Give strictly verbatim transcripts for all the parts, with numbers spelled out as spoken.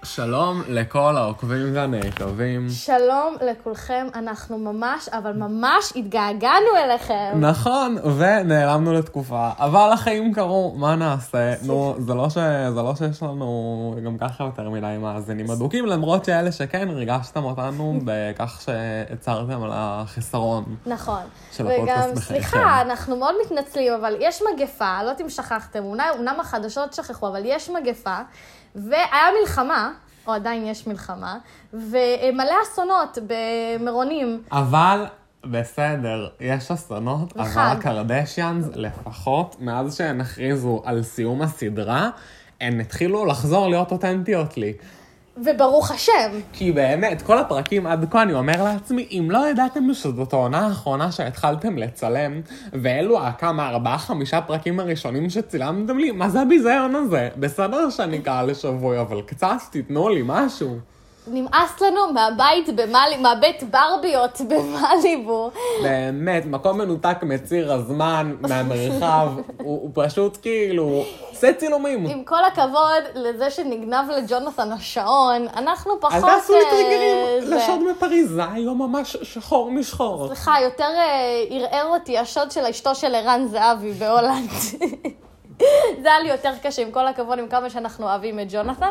שלום לכל העוקבים והנעקבים. שלום לכולכם, אנחנו ממש, אבל ממש התגעגענו אליכם. נכון, ונעלמנו לתקופה, אבל החיים קרו, מה נעשה? נו, זה לא, ש... זה לא שיש לנו גם ככה יותר מדי מאזינים אדוקים, למרות שאלה שכן, ריגשתם אותנו בכך שהצהרתם על החיסרון. נכון, של הפודקאסט וגם, סליחה, אנחנו מאוד מתנצלים, אבל יש מגפה, לא אם שכחתם, אומנם החדשות שכחו, אבל יש מגפה, והיה מלחמה, או עדיין יש מלחמה, ומלא אסונות במרונים. אבל בסדר, יש אסונות, אבל הקרדשיאנס לפחות, מאז שהן הכריזו על סיום הסדרה, הן התחילו לחזור להיות אותנטיות לי. וברוך השם. כי באמת, כל הפרקים עד כה אני אומר לעצמי, אם לא ידעתם שזאת העונה האחרונה שהתחלתם לצלם, ואלו הכמה ארבעה חמישה פרקים הראשונים שצילמתם לי, מה זה הביזיון הזה? בסדר שאני קהל לשבוי, אבל קצת תיתנו לי משהו. נמאס לנו מהבית במאלי, מהבית ברביות במאליבו. באמת, מקום מנותק מציר הזמן, מהמרחב, הוא, הוא פשוט כאילו, עושה צילומים. עם כל הכבוד לזה שנגנב לג'ונתן השעון, אנחנו פחות... אל תעשו לי טריגרים, לשוד מפריז, היום ממש שחור משחור. סליחה, יותר ערער אותי השוד של אשתו של ערן זהבי בהולנד. זה היה לי יותר קשה, עם כל הכבוד, עם כמה שאנחנו אוהבים את ג'ונתן.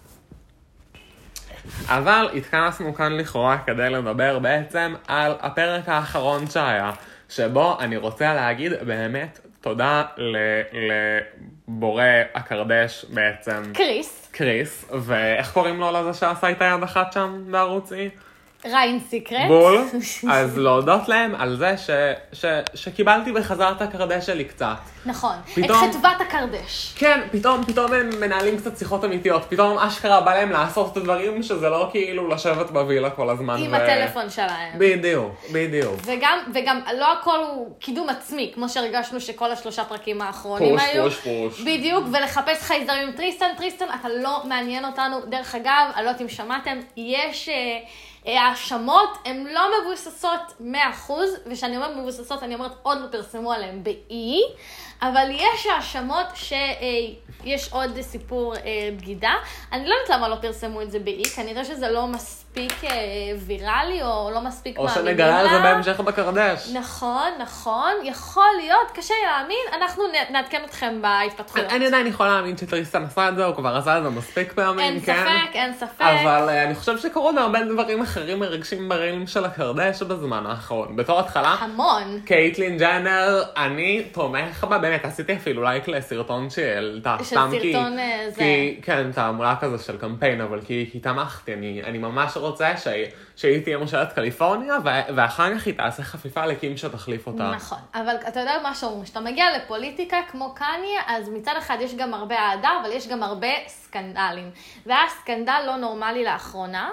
אבל התכנסנו כאן לכאורה כדי לדבר בעצם על הפרק האחרון שהיה, שבו אני רוצה להגיד באמת תודה לבורא הקרדש בעצם. קריס. קריס, ואיך קוראים לו לזה שעשה את היד אחת שם בערוצי? ריין סיקרט. בול. אז להודות להם על זה ש, ש, שקיבלתי בחזרה את הקרדש שלי קצת. נכון. פתאום, את חטבת הקרדש. כן, פתאום, פתאום הם מנהלים קצת שיחות אמיתיות. פתאום אשכרה בא להם לעשות את הדברים שזה לא כאילו לשבת בווילה כל הזמן. עם ו... הטלפון שלהם. בדיוק, בדיוק. וגם, וגם לא הכל הוא קידום עצמי, כמו שהרגשנו שכל השלושה פרקים האחרונים פוש, היו. פוש, פוש. בדיוק, ולחפש חייזרים עם טריסטן. טריסטן, אתה לא מעניין אותנו. דרך אגב, אני לא יודעת אם שמעתם, יש... האשמות הן לא מבוססות מאה אחוז, ושאני אומרת מבוססות, אני אומרת עוד לא פרסמו עליהן באי, אבל יש האשמות שיש עוד סיפור בגידה. אני לא יודעת למה לא פרסמו את זה באי, כנראה שזה לא מספיק ויראלי או לא מספיק מאמינים לה. או שנגלה על זה בהמשך בקרדש. נכון, נכון, יכול להיות, קשה להאמין, אנחנו נעדכן אתכם בהתפתחויות. אני עדיין יכולה להאמין שטריסטן עשה את זה, הוא כבר עשה את זה מספיק פעמים, אין כן? אין ספק, אין ספק. אבל אני חושב שקורו הרבה דברים אחרים מרגשים ברעים של הקרדש בזמן האחרון. בתור התחלה, המון. קייטלין ג'נר, אני תומך בה, באמת, עשיתי אפילו לייק לסרטון של סרטון זה. כי, כן, תעמולה כזה של קמפיין, אבל כי, כי תמכתי, אני, אני ממש רוצה ש, שהיא תהיה מושלת קליפורניה, ואחר כך היא תעשה חפיפה לקים שתחליף אותה. נכון, אבל אתה יודע מה שאומרים, שאתה מגיע לפוליטיקה כמו קניה, אז מצד אחד יש גם הרבה אהדה, אבל יש גם הרבה סקנדלים. והיה סקנדל לא נורמלי לאחרונה,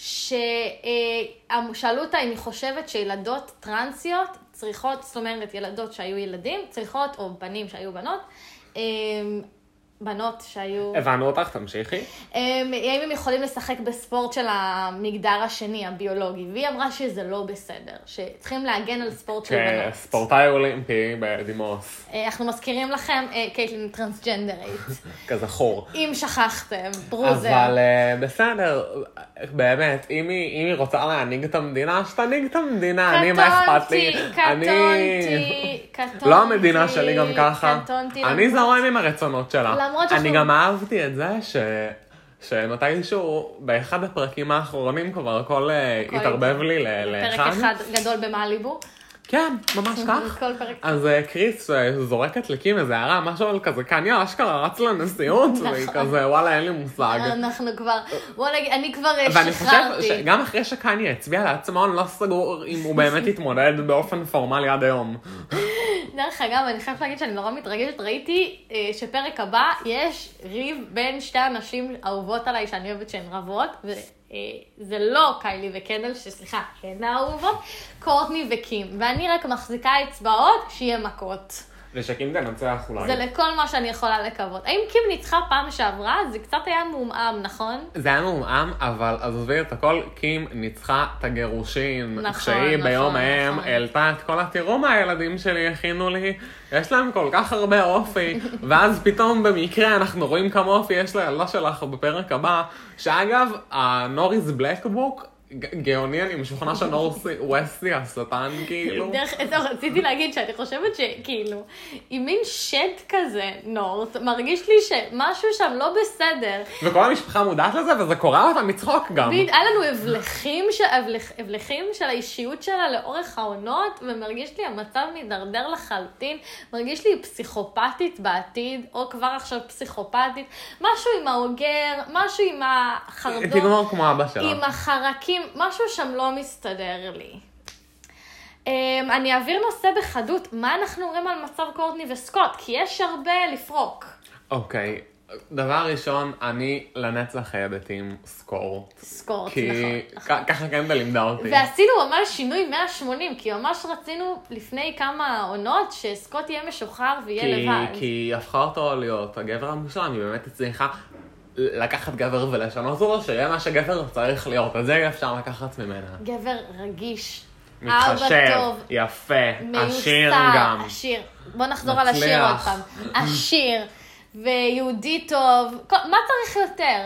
ששאלו אותה אם היא חושבת שילדות טרנסיות צריכות, זאת אומרת ילדות שהיו ילדים, צריכות, או בנים שהיו בנות, בנות שהיו... הבנו אותך, תמשיכי. האם הם יכולים לשחק בספורט של המגדר השני, הביולוגי, והיא אמרה שזה לא בסדר, שצריכים להגן על ספורט של בנות. כספורטאי אולימפי בדימוס. אנחנו מזכירים לכם, קייטלין טרנסג'נדרית. כזה חור. אם שכחתם, ברוזר. אבל בסדר, באמת, אם היא רוצה להנהיג את המדינה, שתנהיג את המדינה, אני מה אכפת לי. קטונתי, קטונתי. לא המדינה שלי גם ככה. קטונתי. אני זורם עם הרצונות שלה. למרות שאנחנו... אני גם אהבתי את זה ש... שמתישהו באחד הפרקים האחרונים כבר הכל התערבב לי לאחד. פרק אחד גדול במאליבו. כן, ממש כך. אז קריס זורקת לקים איזה הערה, משהו על כזה, קניה אשכרה רץ לנשיאות, והיא כזה, וואלה, אין לי מושג. אנחנו כבר, בוא נגיד, אני כבר שחררתי. ואני חושב שגם אחרי שקניה הצביע לעצמו, אני לא סגור אם הוא באמת התמודד באופן פורמלי עד היום. דרך אגב, אני חייבת להגיד שאני נורא מתרגשת, ראיתי שפרק הבא יש ריב בין שתי אנשים אהובות עליי, שאני אוהבת שהן רבות, וזה לא קיילי וקנדל, שסליחה, הן האהובות, קורטני וקים, ואני רק מחזיקה אצבעות שיהיה מכות. ושקים תנצח אולי. זה לכל מה שאני יכולה לקוות. האם קים ניצחה פעם שעברה? זה קצת היה מעומעם, נכון? זה היה מעומעם, אבל עזבי את הכל, קים ניצחה את הגירושים. נכון, כשהיא נכון, ביום ההם נכון. העלתה את כל התראו מה הילדים שלי הכינו לי, יש להם כל כך הרבה אופי, ואז פתאום במקרה אנחנו רואים כמה אופי יש לילדה שלך בפרק הבא, שאגב, הנוריס בלקבוק, גאוני, אני משוכנע שנורס ווסטי השטן, כאילו. דרך, טוב, רציתי להגיד שאני חושבת שכאילו, עם מין שד כזה, נורס, מרגיש לי שמשהו שם לא בסדר. וכל המשפחה מודעת לזה, וזה קורא אותה מצחוק גם. היה לנו הבלחים, של, הבלח, הבלחים של האישיות שלה לאורך העונות, ומרגיש לי המצב מדרדר לחלוטין, מרגיש לי פסיכופתית בעתיד, או כבר עכשיו פסיכופתית, משהו עם האוגר, משהו עם החרדון. תגמור כמו אבא שלה. עם החרקים, משהו שם לא מסתדר לי. אני אעביר נושא בחדות, מה אנחנו אומרים על מצב קורטני וסקוט? כי יש הרבה לפרוק. אוקיי, דבר ראשון, אני לנצח חייבת עם סקורט. סקורט, כי נכון. כ- ככה קנדל לימדה אותי. ועשינו ממש שינוי מאה ושמונים, כי ממש רצינו לפני כמה עונות שסקוט יהיה משוחרר ויהיה כי, לבד. כי היא הפכה אותו להיות הגבר המושלם, היא באמת הצליחה לקחת גבר ולשנות אותו, שיהיה מה שגבר צריך להיות, אז זה אפשר לקחת ממנה. גבר רגיש, מתחשב, אבא טוב, יפה, מיוסר, עשיר גם. עשיר. בוא נחזור על השיר עוד מצליח. פעם. עשיר, ויהודי טוב, כל- מה צריך יותר?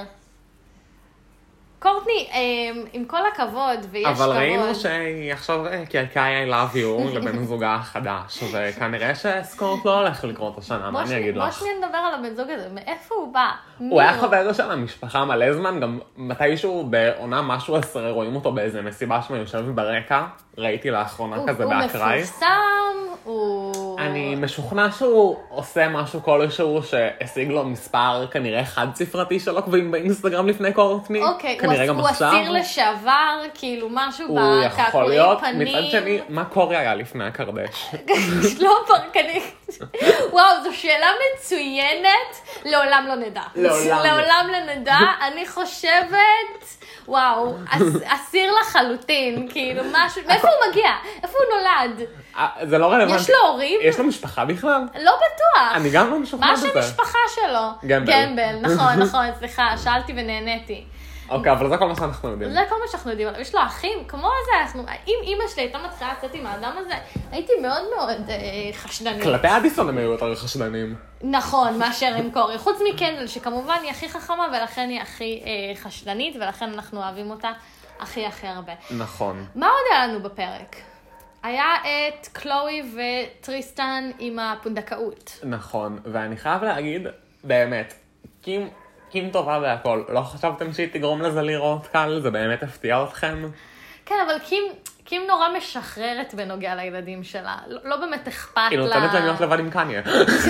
קורטני, אה, עם כל הכבוד, ויש כבוד. אבל ראינו שהיא עכשיו אה, קרקעי I love you לבן זוגה החדש, וכנראה שסקורט לא הולך לקרות השנה, מה אני אגיד בוא לך? שנייה נדבר על הבן זוג הזה, מאיפה הוא בא? הוא היה חבר של המשפחה מלא זמן, גם מתישהו בעונה משהו עשרה רואים אותו באיזה מסיבה שמיושב ברקע, ראיתי לאחרונה כזה באקראי. הוא מפורסם, הוא... אני משוכנע שהוא עושה משהו כלשהו שהשיג לו מספר כנראה חד ספרתי של עוקבים באינסטגרם לפני קורטני. אוקיי, כנראה הוא גם הוא עכשיו. אסיר לשעבר, כאילו משהו הוא יכול בקעקועי להיות, פנים. מצד שני, מה קורי היה לפני הקרדש? לא פרקני. וואו, זו שאלה מצוינת, לעולם לא נדע. לעולם. לעולם לא נדע, אני חושבת, וואו, אס- אסיר לחלוטין, כאילו משהו, מאיפה הוא מגיע? איפה הוא נולד? אה, זה לא רלוונטי. יש לו הורים? יש לו משפחה בכלל? לא בטוח. אני גם לא משוכנע מה בזה. השם משפחה שלו? גמבל. גמבל, נכון, נכון, סליחה, שאלתי ונהניתי. אוקיי, אבל זה כל מה שאנחנו יודעים. זה כל מה שאנחנו יודעים, יש לו אחים, כמו זה, אנחנו, אם אימא שלי הייתה מתחילה לצאת עם האדם הזה, הייתי מאוד מאוד אה, חשדנית. כלפי אדיסון הם היו יותר חשדנים. נכון, מאשר עם קורי. חוץ מקנדל, שכמובן היא הכי חכמה, ולכן היא הכי אה, חשדנית, ולכן אנחנו אוהבים אותה הכי הכי הרבה. נכון. מה עוד היה לנו בפרק? היה את קלואי וטריסטן עם הפונדקאות. נכון, ואני חייב להגיד, באמת, קים, קים טובה והכל, לא חשבתם שהיא תגרום לזה לראות קל? זה באמת הפתיע אתכם? כן, אבל קים, קים נורא משחררת בנוגע לילדים שלה. לא, לא באמת אכפת לה. היא נותנת להם להיות לבד עם קניה.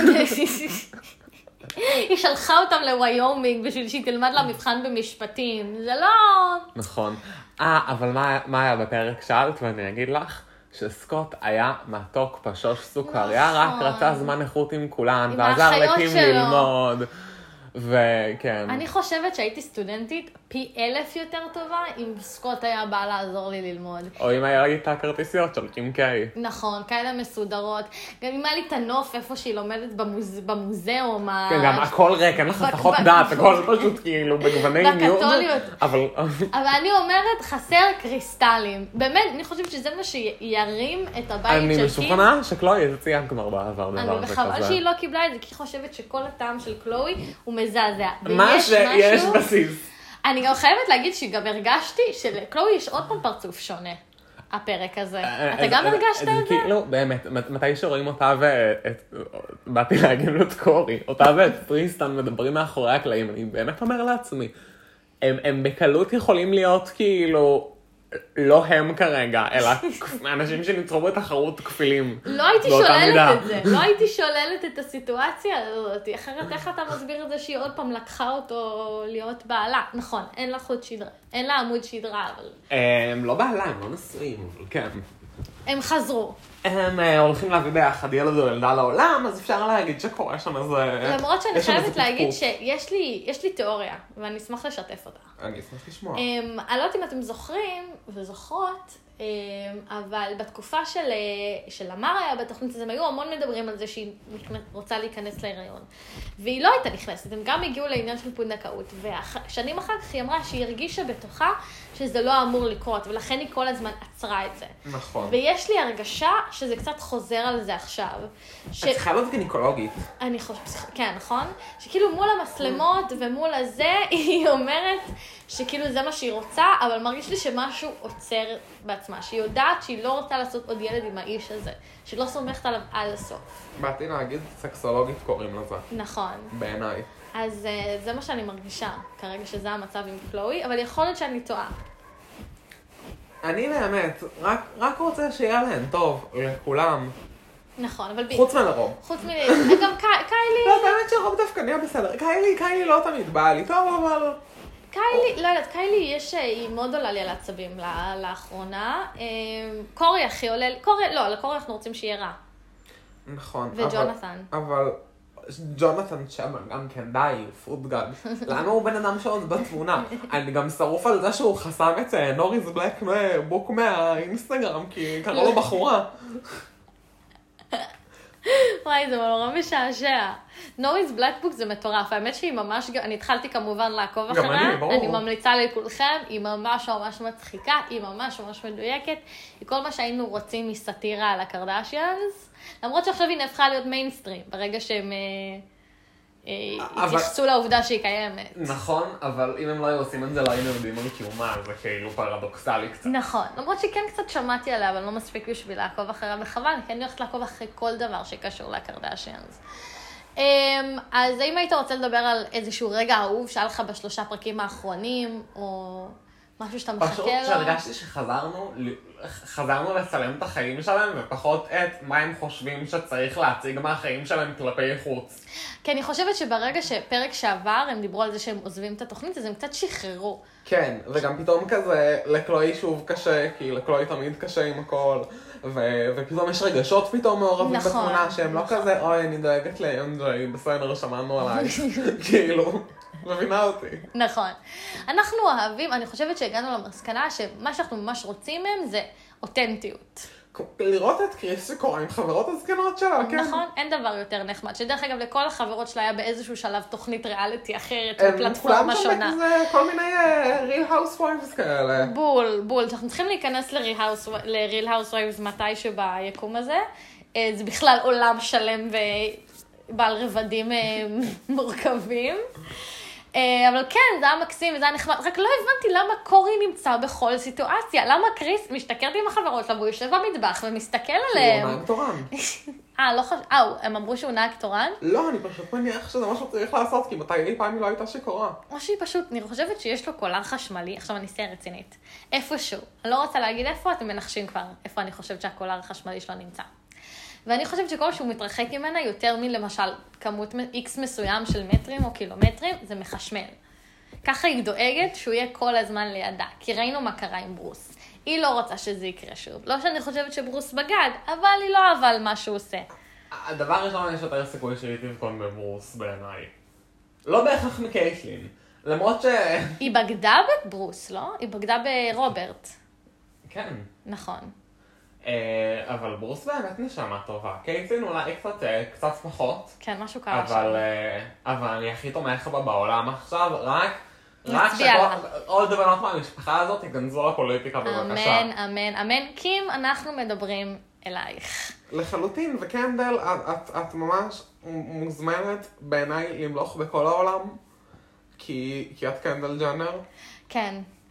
היא שלחה אותם לוויומינג בשביל שהיא תלמד לה מבחן במשפטים. זה לא... נכון. אה, אבל מה, מה היה בפרק שאלת, ואני אגיד לך, שסקוט היה מתוק פשוש סוכריה, רק נכון. רצה זמן איכות עם כולן, עם ועזר האחיות לקים שלו. ללמוד, וכן. אני חושבת שהייתי סטודנטית פי אלף יותר טובה, אם סקוט היה בא לעזור לי ללמוד. או אם היה לי את הכרטיסיות של קים קיי. נכון, כאלה מסודרות. גם אם היה לי את הנוף איפה שהיא לומדת במוז... במוזיאום. ה- כן, גם הכל ריק, אין לך בק- פחות בק- דעת, הכל פשוט כאילו בגווני ניוד. בקתוליות. אבל... אבל אני אומרת, חסר קריסטלים. באמת, אני חושבת שזה מה שירים את הבית של אני קים. משוכנע שקלוי, זה ציינת כבר בעבר דבר אני זה וחבל כזה. שהיא לא קיבלה את זה, כי היא חושבת שכל הטעם של קלואי הוא מזעזע. מה ויש שיש משהו- בסיס. אני גם חייבת להגיד שגם הרגשתי שלקלואי יש עוד פעם פרצוף שונה, הפרק הזה. אתה אז- גם אז- הרגשת אז את זה? כאילו, באמת, מת- מתי שרואים אותה ואת... באתי להגיד לו את קורי, אותה ואת טריסטן מדברים מאחורי הקלעים, אני באמת אומר לעצמי, הם, הם בקלות יכולים להיות כאילו, לא הם כרגע, אלא אנשים שניצרו בתחרות כפילים. לא הייתי באותה מידה. שוללת את זה, לא הייתי שוללת את הסיטואציה הזאת, אחרת איך אתה מסביר את זה שהיא עוד פעם לקחה אותו להיות בעלה? נכון, אין לה חוט שדרה, אין לה עמוד שדרה, אבל הם לא בעלה, הם לא נשואים, אבל כן. הם חזרו. הם הולכים להביא ביחד ילד או ילדה לעולם, אז אפשר להגיד שקורה שם איזה... למרות שאני חייבת להגיד שיש לי, יש לי תיאוריה, ואני אשמח לשתף אותה. אני אשמח לשמוע. אני לא יודעת אם אתם זוכרים וזוכרות, אבל בתקופה של, של אמר היה בתוכנית, אז הם היו המון מדברים על זה שהיא רוצה להיכנס להיריון. והיא לא הייתה נכנסת, הם גם הגיעו לעניין של פונדקאות. ושנים אחר כך היא אמרה שהיא הרגישה בתוכה שזה לא אמור לקרות, ולכן היא כל הזמן עצרה את זה. נכון. ויש לי הרגשה שזה קצת חוזר על זה עכשיו. ש... את צריכה להיות גינקולוגית. אני חושבת, כן, נכון? שכאילו מול המצלמות ומול הזה, היא אומרת שכאילו זה מה שהיא רוצה, אבל מרגיש לי שמשהו עוצר בעצמה, שהיא יודעת שהיא לא רוצה לעשות עוד ילד עם האיש הזה, שהיא לא סומכת עליו עד הסוף. באתי להגיד, סקסולוגית קוראים לזה. נכון. בעיניי. אז uh, זה מה שאני מרגישה, כרגע שזה המצב עם קלואי, אבל יכול להיות שאני טועה. אני באמת, רק, רק רוצה שיהיה להם טוב, לכולם. נכון, אבל... חוץ מלרוב. חוץ מ... גם קיילי... לא, באמת שרוב דווקא נהיה בסדר. קיילי, קיילי לא תמיד באה לי טוב, אבל... קיילי, לא יודעת, קיילי יש, היא מאוד עולה לי על העצבים לאחרונה. קורי הכי עולה, קורי, לא, לקורי אנחנו רוצים שיהיה רע. נכון. וג'ונתן. אבל ג'ונתן שמן גם כן די, פרוטגל. למה הוא בן אדם שעוד בתמונה? אני גם שרוף על זה שהוא חסם את נוריס בלק בוק מהאינסטגרם, כי קרא לו בחורה. וואי, זה נורא משעשע. נוריס בלקבוק זה מטורף. האמת שהיא ממש, אני התחלתי כמובן לעקוב אחריה. גם אני, ברור. אני ממליצה לכולכם, היא ממש ממש מצחיקה, היא ממש ממש מדויקת. היא כל מה שהיינו רוצים מסאטירה על הקרדשיאנס. למרות שעכשיו היא נהפכה להיות מיינסטרים, ברגע שהם התייחסו לעובדה שהיא קיימת. נכון, אבל אם הם לא היו עושים את זה, לא היינו יודעים על קיומה, זה כאילו פרדוקסלי קצת. נכון, למרות שכן קצת שמעתי עליה, אבל לא מספיק בשביל לעקוב אחריה בחבל, כי אני הולכת לעקוב אחרי כל דבר שקשור לקרדשיאנס. אז האם היית רוצה לדבר על איזשהו רגע אהוב שהיה לך בשלושה פרקים האחרונים, או משהו שאתה מחכה לו? פשוט שהרגשתי שחזרנו, חזרנו לצלם את החיים שלהם, ופחות את מה הם חושבים שצריך להציג מהחיים שלהם כלפי חוץ. כי אני חושבת שברגע שפרק שעבר, הם דיברו על זה שהם עוזבים את התוכנית, אז הם קצת שחררו. כן, וגם פתאום כזה, לקלואי שוב קשה, כי לקלואי תמיד קשה עם הכל, ו- ופתאום יש רגשות פתאום מעורבים נכון, בתמונה, שהם לא נכון. כזה, אוי, אני דואגת לאנג'י, בסדר, שמענו עליי, כאילו, מבינה אותי. נכון. אנחנו אוהבים, אני חושבת שהגענו למסקנה שמה שאנחנו ממש רוצים מהם זה אותנטיות. לראות את קריס שקורה עם חברות הזקנות שלה, כן. נכון, אין דבר יותר נחמד. שדרך אגב, לכל החברות שלה היה באיזשהו שלב תוכנית ריאליטי אחרת, פלטפורמה שונה. הם כולם שם כל מיני ריל האוסווייבס כאלה. בול, בול. אנחנו צריכים להיכנס לריל האוסווייבס מתישהו ביקום הזה. זה בכלל עולם שלם ובעל רבדים מורכבים. אבל כן, זה היה מקסים וזה היה נחמד. רק לא הבנתי למה קורי נמצא בכל סיטואציה. למה קריס משתכרת עם החברות שלה, והוא יושב במטבח ומסתכל עליהם. הוא נהג תורן. אה, לא חושב... אה, הם אמרו שהוא נהג תורן? לא, אני פשוט מניח שזה משהו צריך לעשות, כי מתי אי פעם היא לא הייתה שיכורה. או שהיא פשוט, אני חושבת שיש לו קולר חשמלי, עכשיו אני אעשה רצינית. איפשהו. אני לא רוצה להגיד איפה, אתם מנחשים כבר איפה אני חושבת שהקולר החשמלי שלו נמצא. ואני חושבת שכל שהוא מתרחק ממנה יותר מלמשל כמות איקס מסוים של מטרים או קילומטרים, זה מחשמל. ככה היא דואגת שהוא יהיה כל הזמן לידה, כי ראינו מה קרה עם ברוס. היא לא רוצה שזה יקרה שוב. לא שאני חושבת שברוס בגד, אבל היא לא אהבה על מה שהוא עושה. הדבר הראשון, יש יותר סיכוי שהיא תבחון בברוס בעיניי. לא בהכרח מקייטלין. למרות ש... היא בגדה בברוס, לא? היא בגדה ברוברט. כן. נכון. אבל ברוס באמת נשמה טובה. קייטלין אולי קצת, קצת פחות. כן, משהו קרה אבל, שם. אבל אני הכי תומך בה בעולם עכשיו, רק... רק שעוד בנות מהמשפחה הזאת יגנזו לפוליטיקה בבקשה. אמן, אמן, אמן. קים, אנחנו מדברים אלייך. לחלוטין, וקנדל, את, את ממש מוזמנת בעיניי למלוך בכל העולם, כי, כי את קנדל ג'אנר. כן.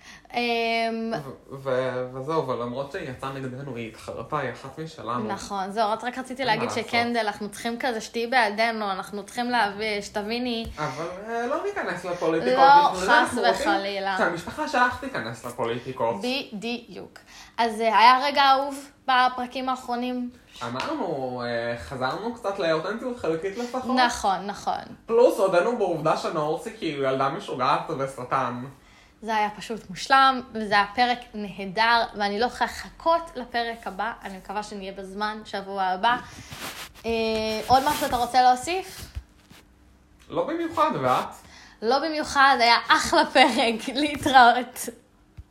וזהו, ולמרות שהיא יצאה נגדנו, היא התחרתה, היא אחת משלנו. נכון, זהו, רק רציתי להגיד שקנדל, אנחנו צריכים כזה שתהי בעדנו, אנחנו צריכים להביא, שתביני. אבל לא ניכנס לפוליטיקות. לא, חס וחלילה. שהמשפחה שלך תיכנס לפוליטיקות. בדיוק. אז היה רגע אהוב בפרקים האחרונים? אמרנו, חזרנו קצת לאותנטיות חלקית לפחות. נכון, נכון. פלוס, עודנו בעובדה שנורסי כאילו ילדה משוגעת וסרטן. זה היה פשוט מושלם, וזה היה פרק נהדר, ואני לא יכולה לחכות לפרק הבא, אני מקווה שנהיה בזמן, שבוע הבא. אה, עוד משהו אתה רוצה להוסיף? לא במיוחד, ואת? לא במיוחד, היה אחלה פרק, להתראות.